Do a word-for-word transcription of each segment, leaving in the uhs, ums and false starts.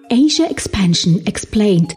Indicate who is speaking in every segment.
Speaker 1: Asia Expansion Explained.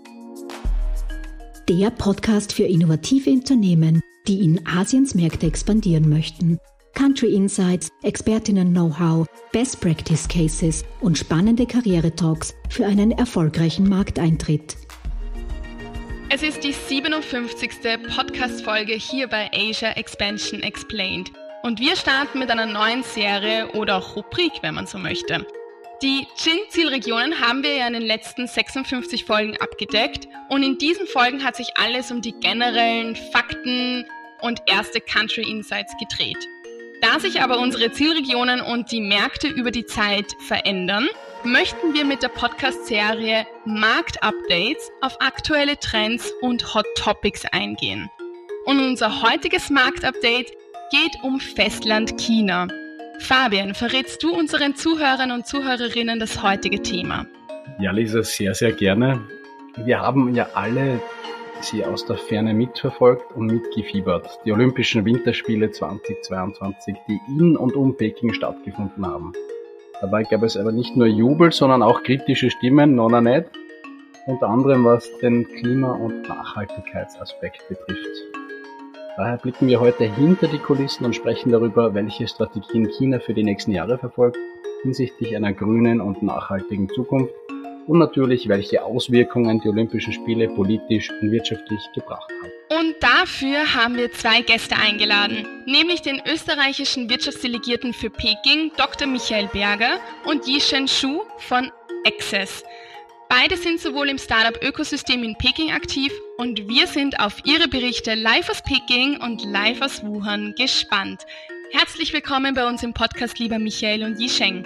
Speaker 1: Der Podcast für innovative Unternehmen, die in Asiens Märkte expandieren möchten. Country Insights, Expertinnen-Know-how, Best Practice Cases und spannende Karriere-Talks für einen erfolgreichen Markteintritt.
Speaker 2: Es ist die siebenundfünfzigste Podcast-Folge hier bei Asia Expansion Explained. Und wir starten mit einer neuen Serie oder auch Rubrik, wenn man so möchte. Die G I N-Zielregionen haben wir ja in den letzten sechsundfünfzig Folgen abgedeckt und in diesen Folgen hat sich alles um die generellen Fakten und erste Country Insights gedreht. Da sich aber unsere Zielregionen und die Märkte über die Zeit verändern, möchten wir mit der Podcast-Serie Marktupdates auf aktuelle Trends und Hot Topics eingehen. Und unser heutiges Marktupdate geht um Festland China. Fabian, verrätst du unseren Zuhörern und Zuhörerinnen das heutige Thema?
Speaker 3: Ja, Lisa, sehr, sehr gerne. Wir haben ja alle sie aus der Ferne mitverfolgt und mitgefiebert. Die Olympischen Winterspiele zweitausendzweiundzwanzig, die in und um Peking stattgefunden haben. Dabei gab es aber nicht nur Jubel, sondern auch kritische Stimmen, nona nicht, unter anderem was den Klima- und Nachhaltigkeitsaspekt betrifft. Daher blicken wir heute hinter die Kulissen und sprechen darüber, welche Strategien China für die nächsten Jahre verfolgt, hinsichtlich einer grünen und nachhaltigen Zukunft und natürlich, welche Auswirkungen die Olympischen Spiele politisch und wirtschaftlich gebracht haben.
Speaker 2: Und dafür haben wir zwei Gäste eingeladen, nämlich den österreichischen Wirtschaftsdelegierten für Peking, Doktor Michael Berger und Yisheng Xu von Access. Beide sind sowohl im Startup-Ökosystem in Peking aktiv und wir sind auf ihre Berichte live aus Peking und live aus Wuhan gespannt. Herzlich willkommen bei uns im Podcast, lieber Michael und Yisheng.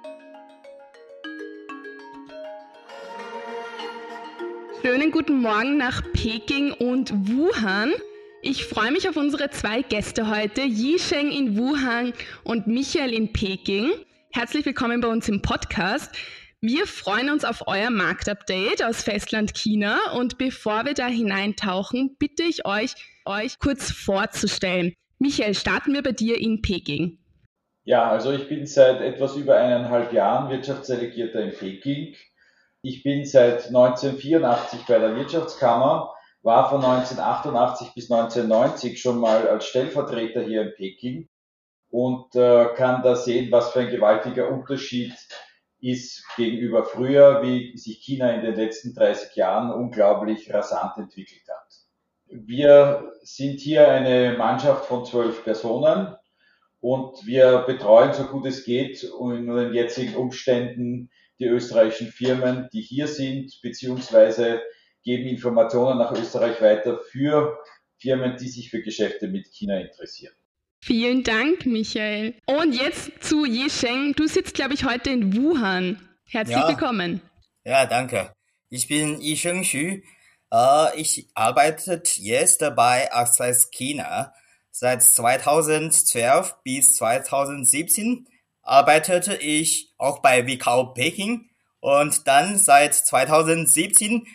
Speaker 2: Schönen guten Morgen nach Peking und Wuhan. Ich freue mich auf unsere zwei Gäste heute, Yisheng in Wuhan und Michael in Peking. Herzlich willkommen bei uns im Podcast. Wir freuen uns auf euer Marktupdate aus Festland China und bevor wir da hineintauchen, bitte ich euch, euch kurz vorzustellen. Michael, starten wir bei dir in Peking.
Speaker 4: Ja, also ich bin seit etwas über eineinhalb Jahren Wirtschaftsdelegierter in Peking. Ich bin seit neunzehnhundertvierundachtzig bei der Wirtschaftskammer, war von neunzehnhundertachtundachtzig bis neunzehnhundertneunzig schon mal als Stellvertreter hier in Peking und äh, kann da sehen, was für ein gewaltiger Unterschied ist gegenüber früher, wie sich China in den letzten dreißig Jahren unglaublich rasant entwickelt hat. Wir sind hier eine Mannschaft von zwölf Personen und wir betreuen, so gut es geht, in den jetzigen Umständen die österreichischen Firmen, die hier sind, beziehungsweise geben Informationen nach Österreich weiter für Firmen, die sich für Geschäfte mit China interessieren.
Speaker 2: Vielen Dank, Michael. Und jetzt zu Yisheng. Du sitzt, glaube ich, heute in Wuhan. Herzlich
Speaker 5: ja.
Speaker 2: willkommen.
Speaker 5: Ja, danke. Ich bin Yisheng Xu. Äh, ich arbeite jetzt bei Access China. Seit zweitausendzwölf bis zweitausendsiebzehn arbeitete ich auch bei W K O Peking. Und dann seit zweitausendsiebzehn,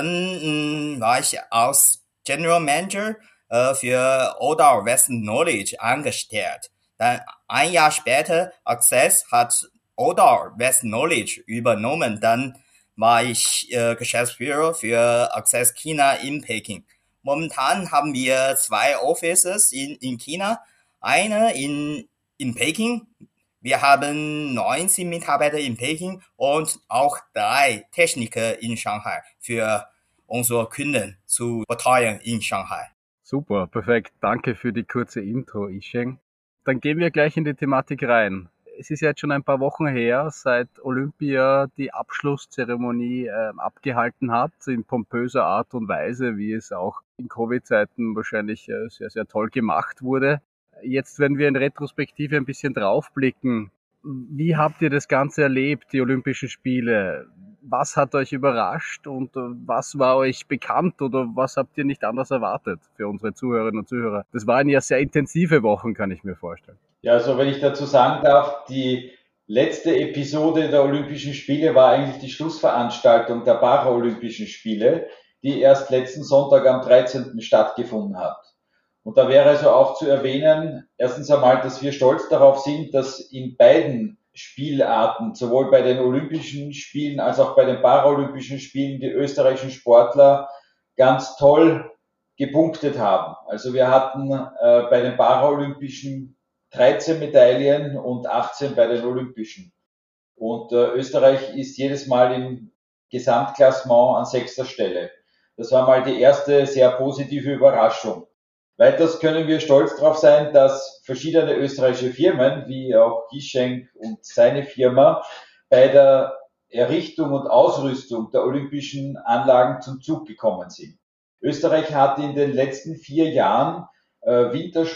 Speaker 5: dann mh, war ich als General Manager für Odal Western Knowledge angestellt. Dann ein Jahr später, Access hat Odal Western Knowledge übernommen. Dann war ich äh, Geschäftsführer für Access China in Peking. Momentan haben wir zwei Offices in, in China. Eine in, in Peking. Wir haben neunzehn Mitarbeiter in Peking und auch drei Techniker in Shanghai für unsere Kunden zu betreuen in Shanghai.
Speaker 3: Super, perfekt. Danke für die kurze Intro, Yisheng. Dann gehen wir gleich in die Thematik rein. Es ist jetzt schon ein paar Wochen her, seit Olympia die Abschlusszeremonie äh, abgehalten hat, in pompöser Art und Weise, wie es auch in Covid-Zeiten wahrscheinlich äh, sehr, sehr toll gemacht wurde. Jetzt, wenn wir in Retrospektive ein bisschen draufblicken, wie habt ihr das Ganze erlebt, die Olympischen Spiele? Was hat euch überrascht und was war euch bekannt oder was habt ihr nicht anders erwartet für unsere Zuhörerinnen und Zuhörer? Das waren ja sehr intensive Wochen, kann ich mir vorstellen.
Speaker 4: Ja, also wenn ich dazu sagen darf, die letzte Episode der Olympischen Spiele war eigentlich die Schlussveranstaltung der Paralympischen Spiele, die erst letzten Sonntag am dreizehnten stattgefunden hat. Und da wäre also auch zu erwähnen, erstens einmal, dass wir stolz darauf sind, dass in beiden Spielarten, sowohl bei den Olympischen Spielen als auch bei den Paralympischen Spielen, die österreichischen Sportler ganz toll gepunktet haben. Also wir hatten äh, bei den Paralympischen dreizehn Medaillen und achtzehn bei den Olympischen. Und äh, Österreich ist jedes Mal im Gesamtklassement an sechster Stelle. Das war mal die erste sehr positive Überraschung. Weiters können wir stolz darauf sein, dass verschiedene österreichische Firmen, wie auch Gischenk und seine Firma, bei der Errichtung und Ausrüstung der olympischen Anlagen zum Zug gekommen sind. Österreich hat in den letzten vier Jahren äh,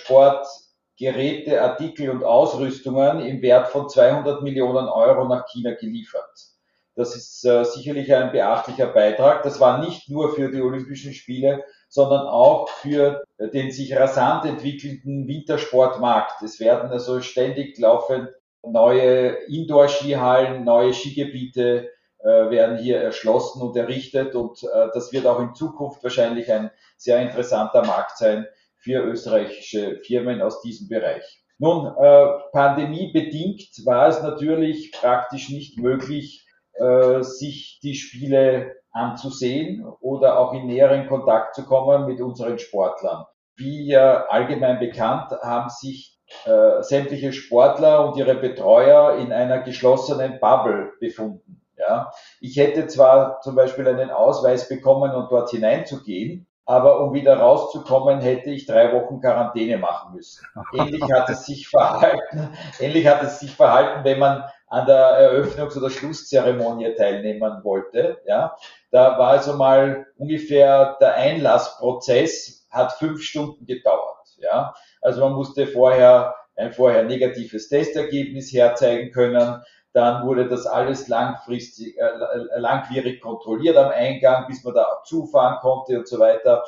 Speaker 4: Wintersportgeräte, Artikel und Ausrüstungen im Wert von zweihundert Millionen Euro nach China geliefert. Das ist äh, sicherlich ein beachtlicher Beitrag. Das war nicht nur für die Olympischen Spiele, sondern auch für den sich rasant entwickelnden Wintersportmarkt. Es werden also ständig laufend neue Indoor-Skihallen, neue Skigebiete äh, werden hier erschlossen und errichtet und äh, das wird auch in Zukunft wahrscheinlich ein sehr interessanter Markt sein für österreichische Firmen aus diesem Bereich. Nun, äh, pandemiebedingt war es natürlich praktisch nicht möglich, äh, sich die Spiele anzusehen oder auch in näheren Kontakt zu kommen mit unseren Sportlern. Wie ja allgemein bekannt, haben sich äh, sämtliche Sportler und ihre Betreuer in einer geschlossenen Bubble befunden. Ja. Ich hätte zwar zum Beispiel einen Ausweis bekommen, um dort hineinzugehen, aber um wieder rauszukommen, hätte ich drei Wochen Quarantäne machen müssen. Ähnlich hat es sich verhalten, ähnlich hat es sich verhalten, wenn man an der Eröffnungs- oder Schlusszeremonie teilnehmen wollte. Ja. Da war also mal ungefähr der Einlassprozess, hat fünf Stunden gedauert. Ja. Also man musste vorher ein vorher negatives Testergebnis herzeigen können. Dann wurde das alles langfristig, äh, langwierig kontrolliert am Eingang, bis man da zufahren konnte und so weiter.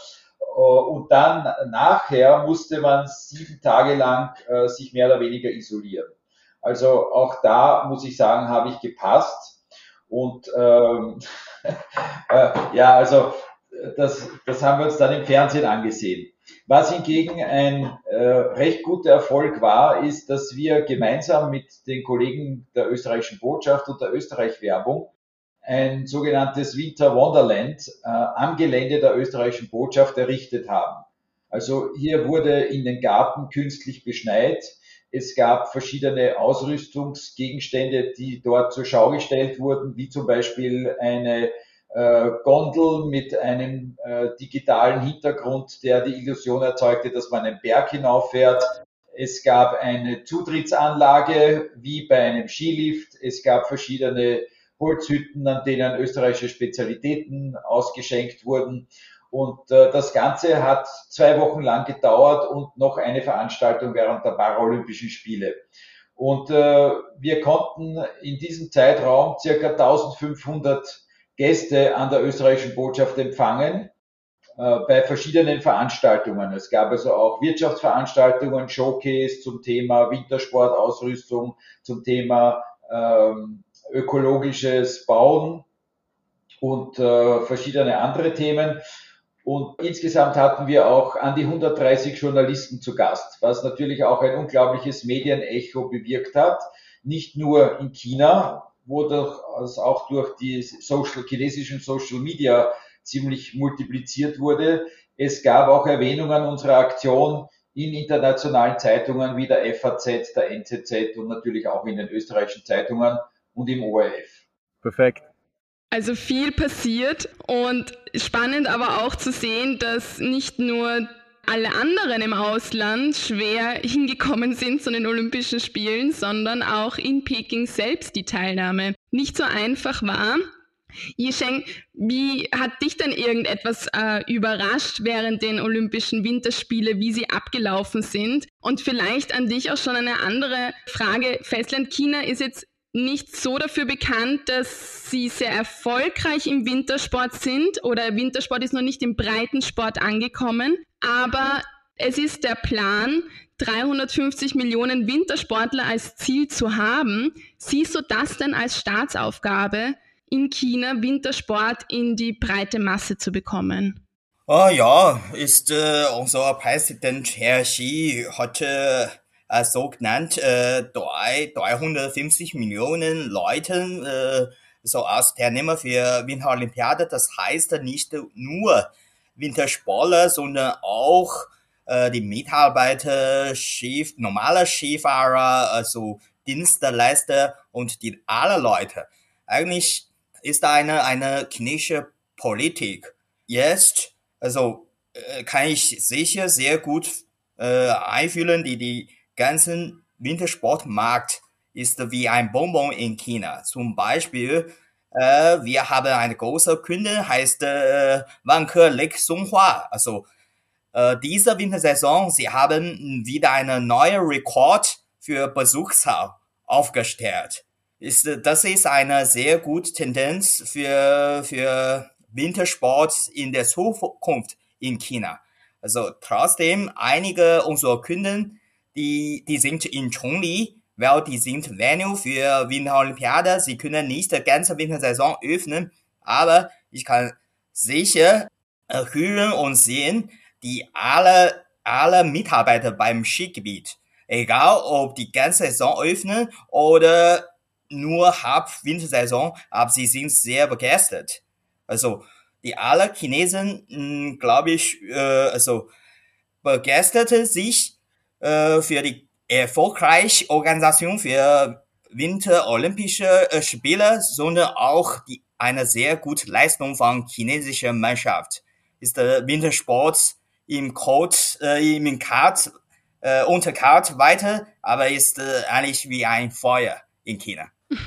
Speaker 4: Und dann nachher musste man sieben Tage lang äh, sich mehr oder weniger isolieren. Also auch da muss ich sagen, habe ich gepasst. Und ähm, äh, ja, also das, das haben wir uns dann im Fernsehen angesehen. Was hingegen ein äh, recht guter Erfolg war, ist, dass wir gemeinsam mit den Kollegen der österreichischen Botschaft und der Österreich-Werbung ein sogenanntes Winter Wonderland äh, am Gelände der österreichischen Botschaft errichtet haben. Also hier wurde in den Garten künstlich beschneit. Es gab verschiedene Ausrüstungsgegenstände, die dort zur Schau gestellt wurden, wie zum Beispiel eine äh, Gondel mit einem äh, digitalen Hintergrund, der die Illusion erzeugte, dass man einen Berg hinauffährt. Es gab eine Zutrittsanlage wie bei einem Skilift. Es gab verschiedene Holzhütten, an denen österreichische Spezialitäten ausgeschenkt wurden. Und äh, das Ganze hat zwei Wochen lang gedauert und noch eine Veranstaltung während der Paralympischen Spiele. Und äh, wir konnten in diesem Zeitraum circa eintausendfünfhundert Gäste an der österreichischen Botschaft empfangen, äh, bei verschiedenen Veranstaltungen. Es gab also auch Wirtschaftsveranstaltungen, Showcase zum Thema Wintersportausrüstung, zum Thema ähm, ökologisches Bauen und äh, verschiedene andere Themen. Und insgesamt hatten wir auch an die hundertdreißig Journalisten zu Gast, was natürlich auch ein unglaubliches Medienecho bewirkt hat. Nicht nur in China, wo das auch durch die Social, chinesischen Social Media ziemlich multipliziert wurde. Es gab auch Erwähnungen unserer Aktion in internationalen Zeitungen wie der F A Z, der N Z Z und natürlich auch in den österreichischen Zeitungen und im O R F.
Speaker 3: Perfekt.
Speaker 2: Also viel passiert und spannend aber auch zu sehen, dass nicht nur alle anderen im Ausland schwer hingekommen sind zu den Olympischen Spielen, sondern auch in Peking selbst die Teilnahme nicht so einfach war. Yisheng, wie hat dich denn irgendetwas äh, überrascht während den Olympischen Winterspiele, wie sie abgelaufen sind? Und vielleicht an dich auch schon eine andere Frage. Festland China ist jetzt nicht so dafür bekannt, dass sie sehr erfolgreich im Wintersport sind oder Wintersport ist noch nicht im Breitensport angekommen, aber es ist der Plan, dreihundertfünfzig Millionen Wintersportler als Ziel zu haben. Siehst du das denn als Staatsaufgabe, in China Wintersport in die breite Masse zu bekommen?
Speaker 5: Oh ja, ist äh, unser Präsident Herr Xi heute äh, so genannt äh, dreihundertfünfzig Millionen Leuten äh, so als Teilnehmer für Winterolympiade. Das heißt nicht nur Wintersportler, sondern auch äh, die Mitarbeiter, Ski, normale Skifahrer, also Dienstleister und die alle Leute. Eigentlich ist da eine eine chinesische Politik. Jetzt, also äh, kann ich sicher sehr gut äh, einfühlen, die die ganzen Wintersportmarkt ist wie ein Bonbon in China. Zum Beispiel, äh, wir haben eine große Kunde, heißt äh, Wanke Lake Songhua. Also äh, diese Wintersaison, sie haben wieder einen neuen Rekord für Besucherzahl aufgestellt. Ist, das ist eine sehr gute Tendenz für, für Wintersport in der Zukunft in China. Also trotzdem, einige unserer Kunden, die, die sind in Chongli, weil die sind Venue für Winterolympiade. Sie können nicht die ganze Wintersaison öffnen, aber ich kann sicher äh, hören und sehen, die alle, alle Mitarbeiter beim Skigebiet, egal ob die ganze Saison öffnen oder nur halb Wintersaison, aber sie sind sehr begeistert. Also die alle Chinesen, glaube ich, äh, also begeisterte sich äh, für die erfolgreiche Organisation für Winterolympische äh, Spiele, sondern auch die, eine sehr gute Leistung von chinesischer Mannschaft. Ist der Wintersport im Code, äh, im Kart, äh, unter Kart weiter, aber ist äh, eigentlich wie ein Feuer in China.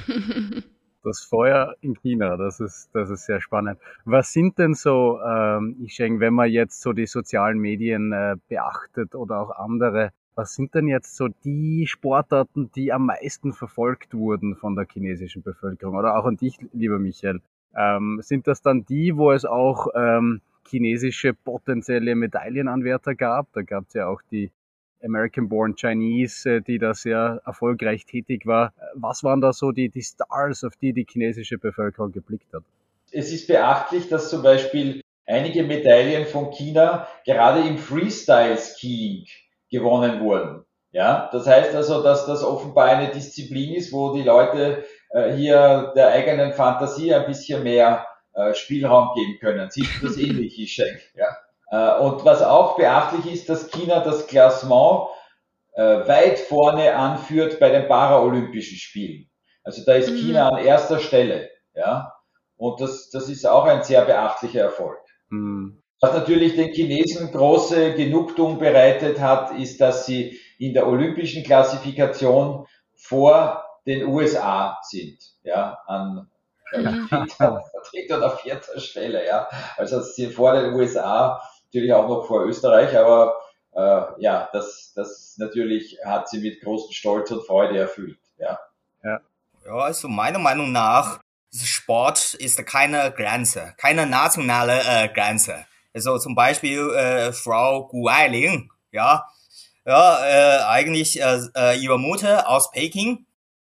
Speaker 3: Das Feuer in China, das ist, das ist sehr spannend. Was sind denn so, ähm, ich denke, wenn man jetzt so die sozialen Medien äh, beachtet oder auch andere, was sind denn jetzt so die Sportarten, die am meisten verfolgt wurden von der chinesischen Bevölkerung? Oder auch an dich, lieber Michael. Ähm, sind das dann die, wo es auch ähm, chinesische potenzielle Medaillenanwärter gab? Da gab es ja auch die American-born Chinese, die da sehr erfolgreich tätig war. Was waren da so die, die Stars, auf die die chinesische Bevölkerung geblickt hat?
Speaker 4: Es ist beachtlich, dass zum Beispiel einige Medaillen von China gerade im Freestyle-Skiing gewonnen wurden. Ja, das heißt also, dass das offenbar eine Disziplin ist, wo die Leute äh, hier der eigenen Fantasie ein bisschen mehr äh, Spielraum geben können. Sieht das ähnlich, ich denke, ja. Und was auch beachtlich ist, dass China das Klassement äh, weit vorne anführt bei den Paralympischen Spielen. Also da ist mhm. China an erster Stelle, ja. Und das, das ist auch ein sehr beachtlicher Erfolg. Mhm. Was natürlich den Chinesen große Genugtuung bereitet hat, ist, dass sie in der olympischen Klassifikation vor den U S A sind, ja, an dritter oder vierter Stelle, ja. Also sie sind vor den U S A, natürlich auch noch vor Österreich, aber äh, ja, das, das natürlich hat sie mit großem Stolz und Freude erfüllt. Ja,
Speaker 5: ja. Ja, also meiner Meinung nach, Sport ist keine Grenze, keine nationale äh, Grenze. Also zum Beispiel äh, Frau Gu Ailing, ja, ja, äh, eigentlich äh, äh, ihre Mutter aus Peking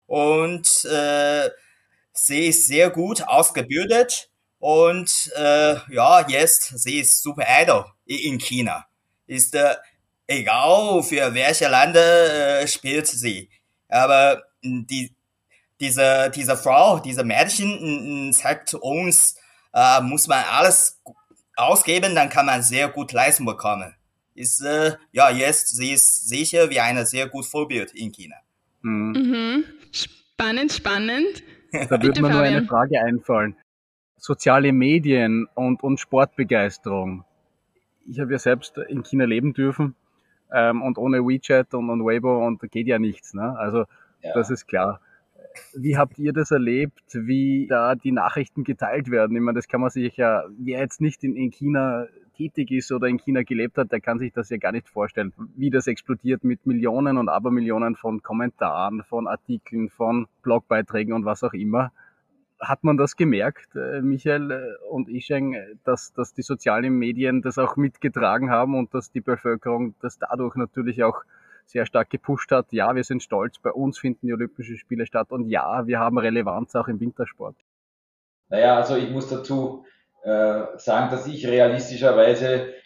Speaker 5: und äh, sie ist sehr gut ausgebildet. Und äh, ja, jetzt, sie ist super idol in China. Ist äh, egal für welche Länder äh, spielt sie. Aber die, diese, diese Frau, diese Mädchen zeigt uns, äh, muss man alles ausgeben, dann kann man sehr gut Leistung bekommen. Ist äh, ja jetzt, sie ist sicher wie eine sehr gute Vorbild in China.
Speaker 2: Mhm. Mhm. Spannend, spannend.
Speaker 3: Da würde mir nur eine Frage einfallen. Soziale Medien und, und Sportbegeisterung. Ich habe ja selbst in China leben dürfen ähm, und ohne WeChat und, und Weibo und da geht ja nichts. Ne? Also ja. Das ist klar. Wie habt ihr das erlebt, wie da die Nachrichten geteilt werden? Ich meine, das kann man sich ja, wer jetzt nicht in, in China tätig ist oder in China gelebt hat, der kann sich das ja gar nicht vorstellen, wie das explodiert mit Millionen und Abermillionen von Kommentaren, von Artikeln, von Blogbeiträgen und was auch immer. Hat man das gemerkt, Michael und Yisheng, dass, dass die sozialen Medien das auch mitgetragen haben und dass die Bevölkerung das dadurch natürlich auch sehr stark gepusht hat? Ja, wir sind stolz, bei uns finden die Olympischen Spiele statt und ja, wir haben Relevanz auch im Wintersport.
Speaker 4: Naja, also ich muss dazu äh, sagen, dass ich realistischerweise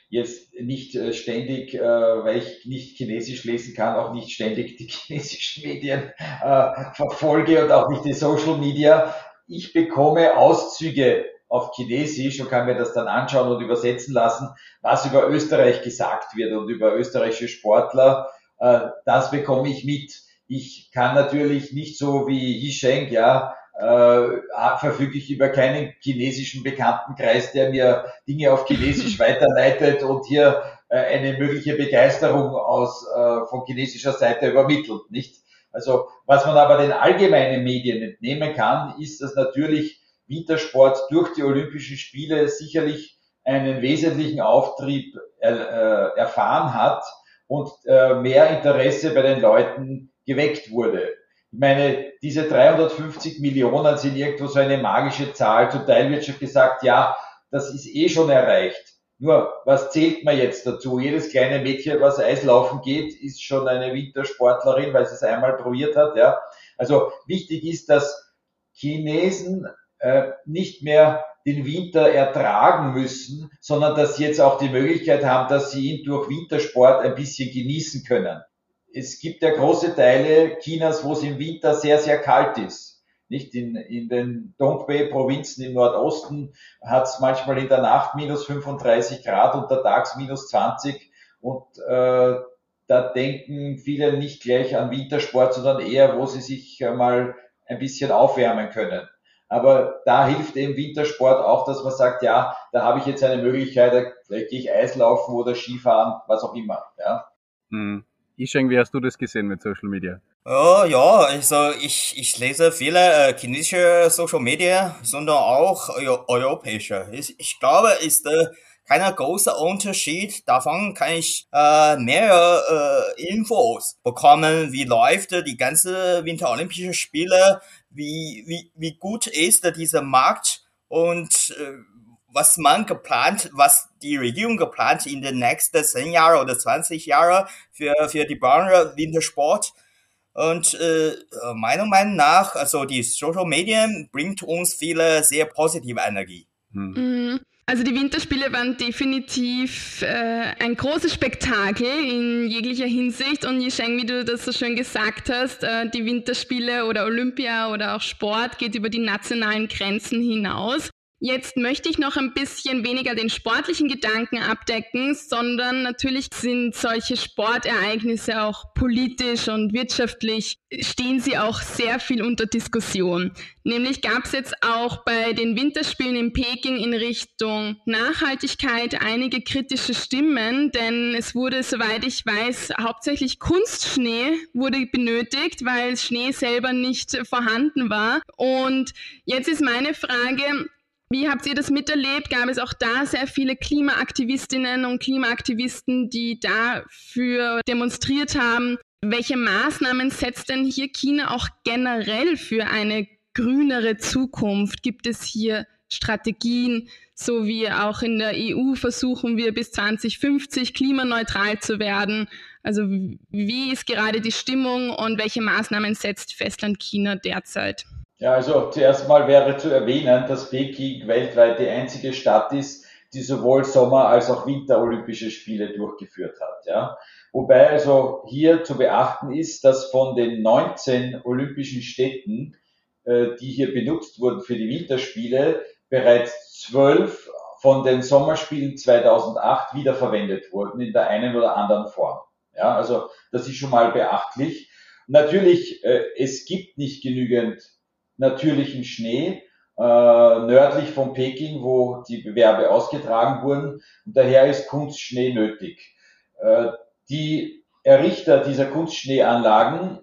Speaker 4: jetzt nicht äh, ständig, äh, weil ich nicht Chinesisch lesen kann, auch nicht ständig die chinesischen Medien äh, verfolge und auch nicht die Social Media. Ich bekomme Auszüge auf Chinesisch und kann mir das dann anschauen und übersetzen lassen, was über Österreich gesagt wird und über österreichische Sportler. Äh, das bekomme ich mit. Ich kann natürlich nicht so wie Yisheng, ja, äh, verfüge ich über keinen chinesischen Bekanntenkreis, der mir Dinge auf Chinesisch weiterleitet und hier äh, eine mögliche Begeisterung aus äh, von chinesischer Seite übermittelt, nicht? Also was man aber den allgemeinen Medien entnehmen kann, ist, dass natürlich Wintersport durch die Olympischen Spiele sicherlich einen wesentlichen Auftrieb er, äh, erfahren hat und äh, mehr Interesse bei den Leuten geweckt wurde. Ich meine, diese dreihundertfünfzig Millionen sind irgendwo so eine magische Zahl. Zum Teil wird schon gesagt, ja, das ist eh schon erreicht. Nur, was zählt man jetzt dazu? Jedes kleine Mädchen, was Eislaufen geht, ist schon eine Wintersportlerin, weil sie es einmal probiert hat. Ja, also wichtig ist, dass Chinesen äh, nicht mehr den Winter ertragen müssen, sondern dass sie jetzt auch die Möglichkeit haben, dass sie ihn durch Wintersport ein bisschen genießen können. Es gibt ja große Teile Chinas, wo es im Winter sehr, sehr kalt ist. Nicht in, in den Dongbei-Provinzen im Nordosten hat es manchmal in der Nacht minus fünfunddreißig Grad und der Tags minus zwanzig. Und äh, da denken viele nicht gleich an Wintersport, sondern eher, wo sie sich mal ein bisschen aufwärmen können. Aber da hilft eben Wintersport auch, dass man sagt, ja, da habe ich jetzt eine Möglichkeit, da vielleicht gehe ich Eislaufen oder Skifahren, was auch immer. Ja.
Speaker 3: Hm. Yisheng, wie hast du das gesehen mit Social Media?
Speaker 5: Oh, ja, also ich, ich lese viele äh, chinesische Social Media, sondern auch eu- europäische. Ich, ich glaube, ist äh, kein großer Unterschied. Davon kann ich äh, mehr äh, Infos bekommen, wie läuft die ganze Winterolympischen Spiele, wie, wie, wie gut ist dieser Markt und äh, was man geplant, was die Regierung geplant in den nächsten zehn Jahren oder zwanzig Jahren für, für die Branche Wintersport. Und äh, meiner Meinung nach, also die Social Medien bringt uns viele sehr positive Energie.
Speaker 2: Hm. Also die Winterspiele waren definitiv äh, ein großes Spektakel in jeglicher Hinsicht. Und Yisheng, wie du das so schön gesagt hast, äh, die Winterspiele oder Olympia oder auch Sport geht über die nationalen Grenzen hinaus. Jetzt möchte ich noch ein bisschen weniger den sportlichen Gedanken abdecken, sondern natürlich sind solche Sportereignisse auch politisch und wirtschaftlich, stehen sie auch sehr viel unter Diskussion. Nämlich gab es jetzt auch bei den Winterspielen in Peking in Richtung Nachhaltigkeit einige kritische Stimmen, denn es wurde, soweit ich weiß, hauptsächlich Kunstschnee wurde benötigt, weil Schnee selber nicht vorhanden war. Und jetzt ist meine Frage: Wie habt ihr das miterlebt? Gab es auch da sehr viele Klimaaktivistinnen und Klimaaktivisten, die dafür demonstriert haben? Welche Maßnahmen setzt denn hier China auch generell für eine grünere Zukunft? Gibt es hier Strategien, so wie auch in der E U versuchen wir bis zwanzig fünfzig klimaneutral zu werden? Also wie ist gerade die Stimmung und welche Maßnahmen setzt Festland China derzeit?
Speaker 4: Ja, also zuerst mal wäre zu erwähnen, dass Peking weltweit die einzige Stadt ist, die sowohl Sommer- als auch Winter-Olympische Spiele durchgeführt hat. Ja. Wobei also hier zu beachten ist, dass von den neunzehn olympischen Städten, äh, die hier benutzt wurden für die Winterspiele, bereits zwölf von den Sommerspielen zweitausendacht wiederverwendet wurden in der einen oder anderen Form. Ja, also das ist schon mal beachtlich. Natürlich, äh, es gibt nicht genügend natürlichen Schnee äh, nördlich von Peking, wo die Bewerbe ausgetragen wurden. Und daher ist Kunstschnee nötig. Äh, die Errichter dieser Kunstschneeanlagen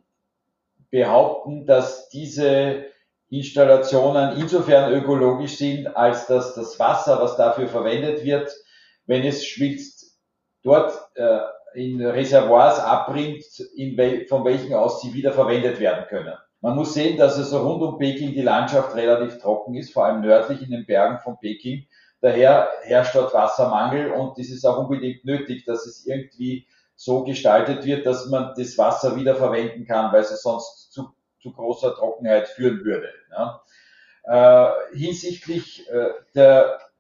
Speaker 4: behaupten, dass diese Installationen insofern ökologisch sind, als dass das Wasser, was dafür verwendet wird, wenn es schmilzt, dort äh, in Reservoirs abbringt, in wel- von welchen aus sie wieder verwendet werden können. Man muss sehen, dass also rund um Peking die Landschaft relativ trocken ist, vor allem nördlich in den Bergen von Peking. Daher herrscht dort Wassermangel und es ist auch unbedingt nötig, dass es irgendwie so gestaltet wird, dass man das Wasser wieder verwenden kann, weil es sonst zu, zu großer Trockenheit führen würde. Ja. Äh, hinsichtlich äh, der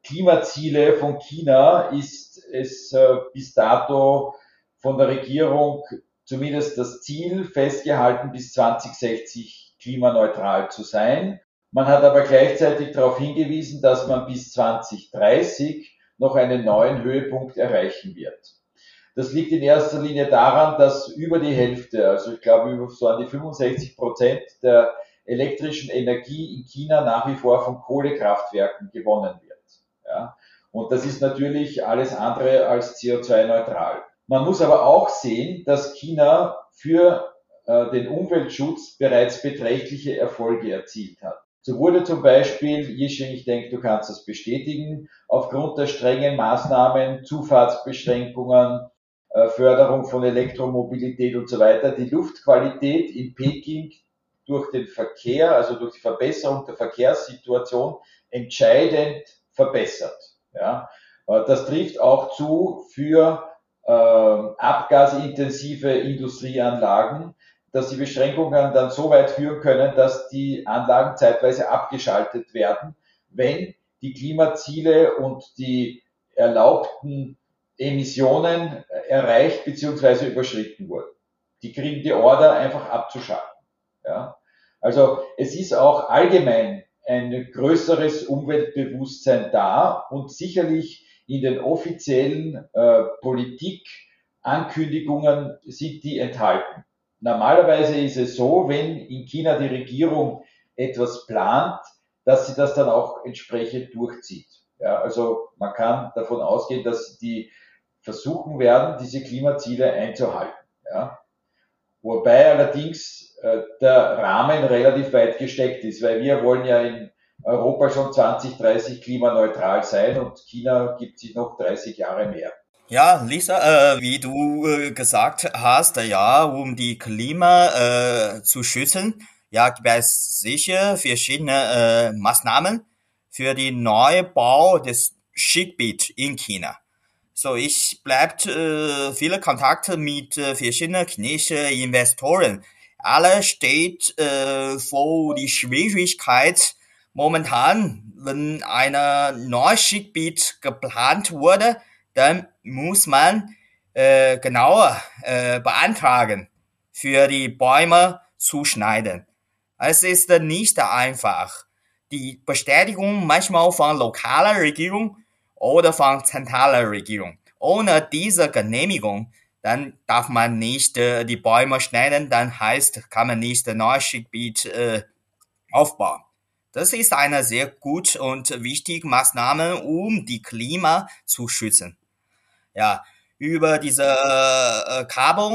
Speaker 4: Klimaziele von China ist es äh, bis dato von der Regierung zumindest das Ziel festgehalten, bis zwanzig sechzig klimaneutral zu sein. Man hat aber gleichzeitig darauf hingewiesen, dass man bis zwanzig dreißig noch einen neuen Höhepunkt erreichen wird. Das liegt in erster Linie daran, dass über die Hälfte, also ich glaube über so an die fünfundsechzig Prozent der elektrischen Energie in China nach wie vor von Kohlekraftwerken gewonnen wird. Ja. Und das ist natürlich alles andere als C O zwei neutral. Man muss aber auch sehen, dass China für äh, den Umweltschutz bereits beträchtliche Erfolge erzielt hat. So wurde zum Beispiel, Yisheng, ich denke, du kannst das bestätigen, aufgrund der strengen Maßnahmen, Zufahrtsbeschränkungen, äh, Förderung von Elektromobilität und so weiter, die Luftqualität in Peking durch den Verkehr, also durch die Verbesserung der Verkehrssituation entscheidend verbessert. Ja. Das trifft auch zu für äh, abgasintensive Industrieanlagen, dass die Beschränkungen dann so weit führen können, dass die Anlagen zeitweise abgeschaltet werden, wenn die Klimaziele und die erlaubten Emissionen erreicht bzw. überschritten wurden. Die kriegen die Order einfach abzuschalten. Ja. Also es ist auch allgemein ein größeres Umweltbewusstsein da und sicherlich in den offiziellen äh, Politikankündigungen sind die enthalten. Normalerweise ist es so, wenn in China die Regierung etwas plant, dass sie das dann auch entsprechend durchzieht. Ja, also man kann davon ausgehen, dass die versuchen werden, diese Klimaziele einzuhalten. Ja. Wobei allerdings äh, der Rahmen relativ weit gesteckt ist, weil wir wollen ja in Europa schon zwanzig dreißig klimaneutral sein und China gibt sich noch dreißig Jahre mehr.
Speaker 5: Ja, Lisa, äh, wie du äh, gesagt hast, ja, um die Klima äh, zu schützen, ja, gibt es sicher verschiedene äh, Maßnahmen für den Neubau des Skigebiets in China. So, ich bleibt äh, viele Kontakte mit äh, verschiedenen chinesischen Investoren. Alle steht äh, vor die Schwierigkeit momentan, wenn ein neues Skigebiet geplant wurde, dann muss man äh, genauer äh, beantragen, für die Bäume zu schneiden. Es ist nicht einfach. Die Bestätigung manchmal von lokaler Regierung oder von zentraler Regierung. Ohne diese Genehmigung, dann darf man nicht äh, die Bäume schneiden, dann heißt, kann man nicht ein neues Skigebiet äh, aufbauen. Das ist eine sehr gute und wichtige Maßnahme, um die Klima zu schützen. Ja, über diese äh,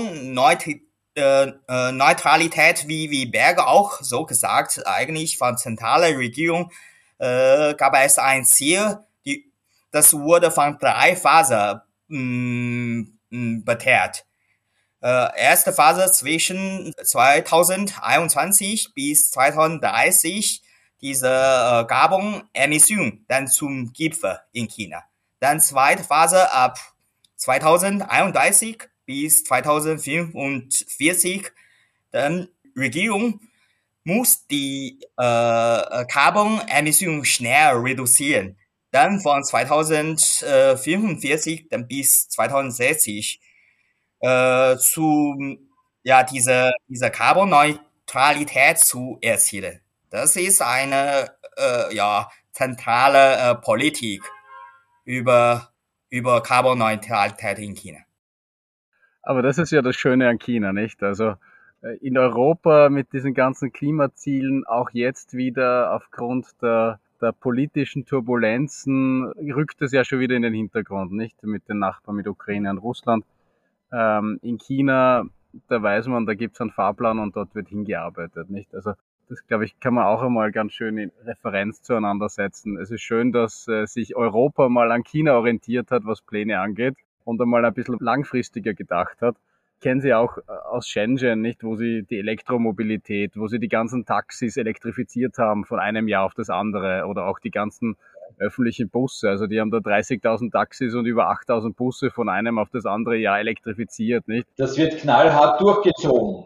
Speaker 5: Carbon-Neutralität, wie wie Berger auch so gesagt, eigentlich von zentraler Regierung äh, gab es ein Ziel, die, das wurde von drei Phasen mh, mh, betert. Äh, erste Phase zwischen zweitausendeinundzwanzig bis zweitausenddreißig, diese äh, Carbon-Emission dann zum Gipfel in China. Dann zweite Phase ab zweitausendeinunddreißig bis zweitausendfünfundvierzig, dann Regierung muss die äh, Carbon-Emission schnell reduzieren. Dann von zweitausendfünfundvierzig dann bis zweitausendsechzig äh, zu ja diese diese Carbon-Neutralität zu erzielen. Das ist eine äh, ja zentrale äh, Politik über über Carbon-Neutralität in China.
Speaker 3: Aber das ist ja das Schöne an China, nicht? Also in Europa mit diesen ganzen Klimazielen, auch jetzt wieder aufgrund der, der politischen Turbulenzen, rückt es ja schon wieder in den Hintergrund, nicht? Mit den Nachbarn, mit Ukraine und Russland. Ähm, in China, da weiß man, da gibt es einen Fahrplan und dort wird hingearbeitet, nicht? Also das, glaube ich, kann man auch einmal ganz schön in Referenz zueinander setzen. Es ist schön, dass äh, sich Europa mal an China orientiert hat, was Pläne angeht und einmal ein bisschen langfristiger gedacht hat. Kennen Sie auch aus Shenzhen, nicht, wo sie die Elektromobilität, wo sie die ganzen Taxis elektrifiziert haben von einem Jahr auf das andere oder auch die ganzen öffentlichen Busse. Also die haben da dreißigtausend Taxis und über achttausend Busse von einem auf das andere Jahr elektrifiziert, nicht?
Speaker 4: Das wird knallhart durchgezogen.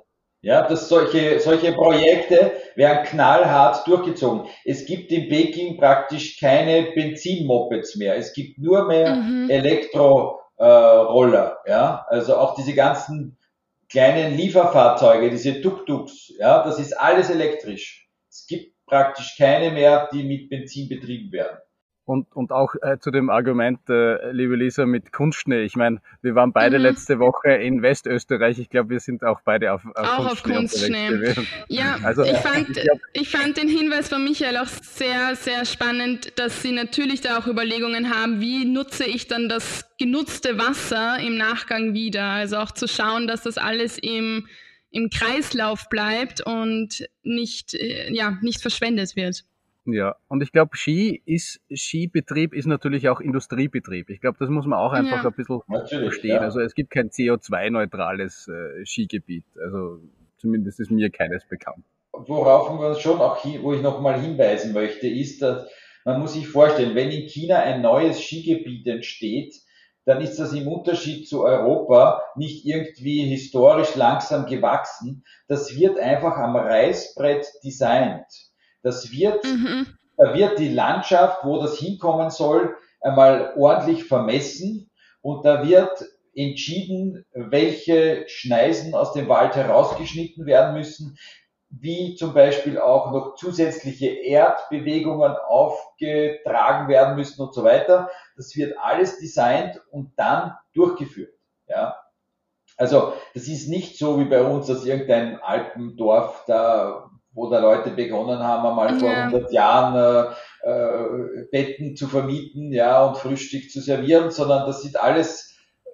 Speaker 4: Ja, dass solche, solche Projekte werden knallhart durchgezogen. Es gibt in Peking praktisch keine Benzinmopeds mehr. Es gibt nur mehr
Speaker 2: Mhm.
Speaker 4: Elektroroller. Äh, ja, also auch diese ganzen kleinen Lieferfahrzeuge, diese Tuk-Tuks. Ja, das ist alles elektrisch. Es gibt praktisch keine mehr, die mit Benzin betrieben werden.
Speaker 3: Und, und auch äh, zu dem Argument, äh, liebe Lisa, mit Kunstschnee. Ich meine, wir waren beide mhm. letzte Woche in Westösterreich. Ich glaube, wir sind auch beide auf, auf
Speaker 2: auch
Speaker 3: Kunstschnee,
Speaker 2: auf Kunstschnee
Speaker 3: unterwegs gewesen.
Speaker 2: Ja,
Speaker 3: also,
Speaker 2: ich, fand,
Speaker 3: ich, glaub,
Speaker 2: ich fand den Hinweis von Michael auch sehr, sehr spannend, dass Sie natürlich da auch Überlegungen haben, wie nutze ich dann das genutzte Wasser im Nachgang wieder. Also auch zu schauen, dass das alles im, im Kreislauf bleibt und nicht, ja, nicht verschwendet wird.
Speaker 3: Ja, und ich glaube, Ski ist, Skibetrieb ist natürlich auch Industriebetrieb. Ich glaube, das muss man auch einfach ja. ein bisschen natürlich, verstehen. Ja. Also es gibt kein C O zwei neutrales äh, Skigebiet. Also zumindest ist mir keines bekannt.
Speaker 4: Worauf wir uns schon auch, hin, wo ich nochmal hinweisen möchte, ist, dass man muss sich vorstellen, wenn in China ein neues Skigebiet entsteht, dann ist das im Unterschied zu Europa nicht irgendwie historisch langsam gewachsen. Das wird einfach am Reißbrett designt. Das wird, mhm. da wird die Landschaft, wo das hinkommen soll, einmal ordentlich vermessen und da wird entschieden, welche Schneisen aus dem Wald herausgeschnitten werden müssen, wie zum Beispiel auch noch zusätzliche Erdbewegungen aufgetragen werden müssen und so weiter. Das wird alles designt und dann durchgeführt. Ja. Also das ist nicht so wie bei uns, dass irgendein Alpendorf da wo da Leute begonnen haben, einmal vor ja. hundert Jahren äh, äh, Betten zu vermieten, ja, und Frühstück zu servieren, sondern das ist alles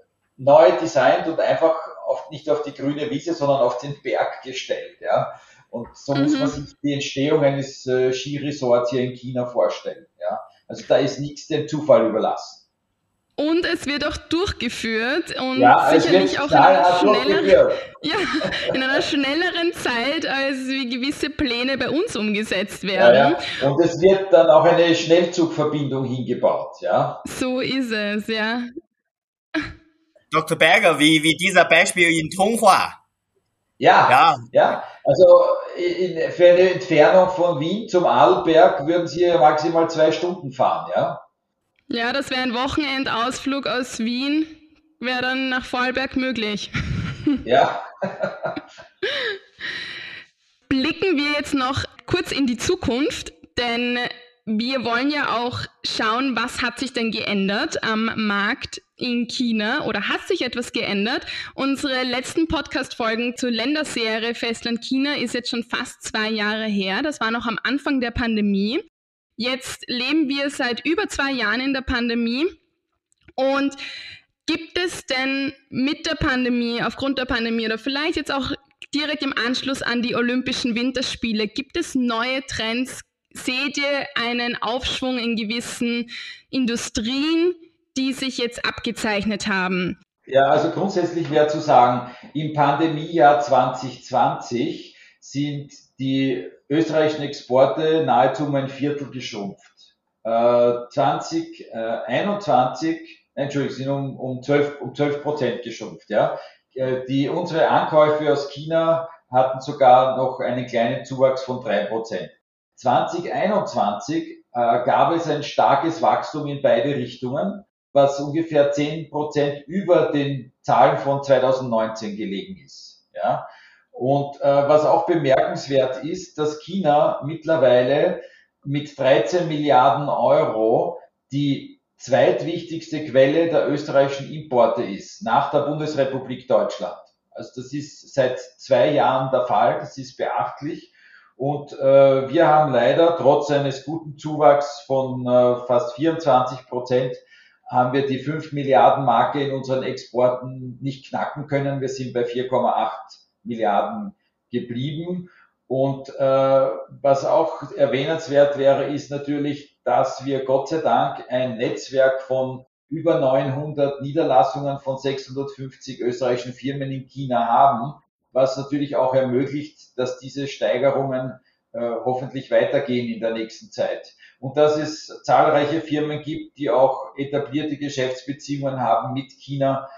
Speaker 4: neu designt und einfach auf, nicht auf die grüne Wiese, sondern auf den Berg gestellt, ja. Und so mhm. muss man sich die Entstehung eines äh, Skiresorts hier in China vorstellen, ja. Also da ist nichts dem Zufall überlassen.
Speaker 2: Und es wird auch durchgeführt und
Speaker 4: ja,
Speaker 2: sicherlich auch in einer, schnelleren, ja, in einer schnelleren Zeit, als wie gewisse Pläne bei uns umgesetzt werden.
Speaker 4: Ja, ja. Und es wird dann auch eine Schnellzugverbindung hingebaut. Ja.
Speaker 2: So ist es, ja.
Speaker 5: Doktor Berger, wie, wie dieser Beispiel in Tonghua.
Speaker 4: Ja, ja, ja. Also in, für eine Entfernung von Wien zum Arlberg würden Sie maximal zwei Stunden fahren, ja.
Speaker 2: Ja, das wäre ein Wochenendausflug aus Wien, wäre dann nach Vorarlberg möglich.
Speaker 4: Ja.
Speaker 2: Blicken wir jetzt noch kurz in die Zukunft, denn wir wollen ja auch schauen, was hat sich denn geändert am Markt in China oder hat sich etwas geändert? Unsere letzten Podcast-Folgen zur Länderserie Festland China ist jetzt schon fast zwei Jahre her. Das war noch am Anfang der Pandemie. Jetzt leben wir seit über zwei Jahren in der Pandemie und gibt es denn mit der Pandemie, aufgrund der Pandemie oder vielleicht jetzt auch direkt im Anschluss an die Olympischen Winterspiele, gibt es neue Trends? Seht ihr einen Aufschwung in gewissen Industrien, die sich jetzt abgezeichnet haben?
Speaker 4: Ja, also grundsätzlich wäre zu sagen, im Pandemiejahr zwanzig zwanzig sind die österreichischen Exporte nahezu um ein Viertel geschrumpft. Äh, zwanzig einundzwanzig, Entschuldigung, sind um, um zwölf, um zwölf Prozent geschrumpft, ja. Äh, die, unsere Ankäufe aus China hatten sogar noch einen kleinen Zuwachs von drei Prozent. zwanzig einundzwanzig äh, gab es ein starkes Wachstum in beide Richtungen, was ungefähr zehn Prozent über den Zahlen von zweitausendneunzehn gelegen ist, ja. Und äh, was auch bemerkenswert ist, dass China mittlerweile mit dreizehn Milliarden Euro die zweitwichtigste Quelle der österreichischen Importe ist, nach der Bundesrepublik Deutschland. Also das ist seit zwei Jahren der Fall, das ist beachtlich. Und äh, wir haben leider trotz eines guten Zuwachs von äh, fast vierundzwanzig Prozent haben wir die fünf Milliarden Marke in unseren Exporten nicht knacken können. Wir sind bei vier Komma acht Milliarden geblieben. Und äh, was auch erwähnenswert wäre, ist natürlich, dass wir Gott sei Dank ein Netzwerk von über neunhundert Niederlassungen von sechshundertfünfzig österreichischen Firmen in China haben, was natürlich auch ermöglicht, dass diese Steigerungen äh, hoffentlich weitergehen in der nächsten Zeit. Und dass es zahlreiche Firmen gibt, die auch etablierte Geschäftsbeziehungen haben mit China,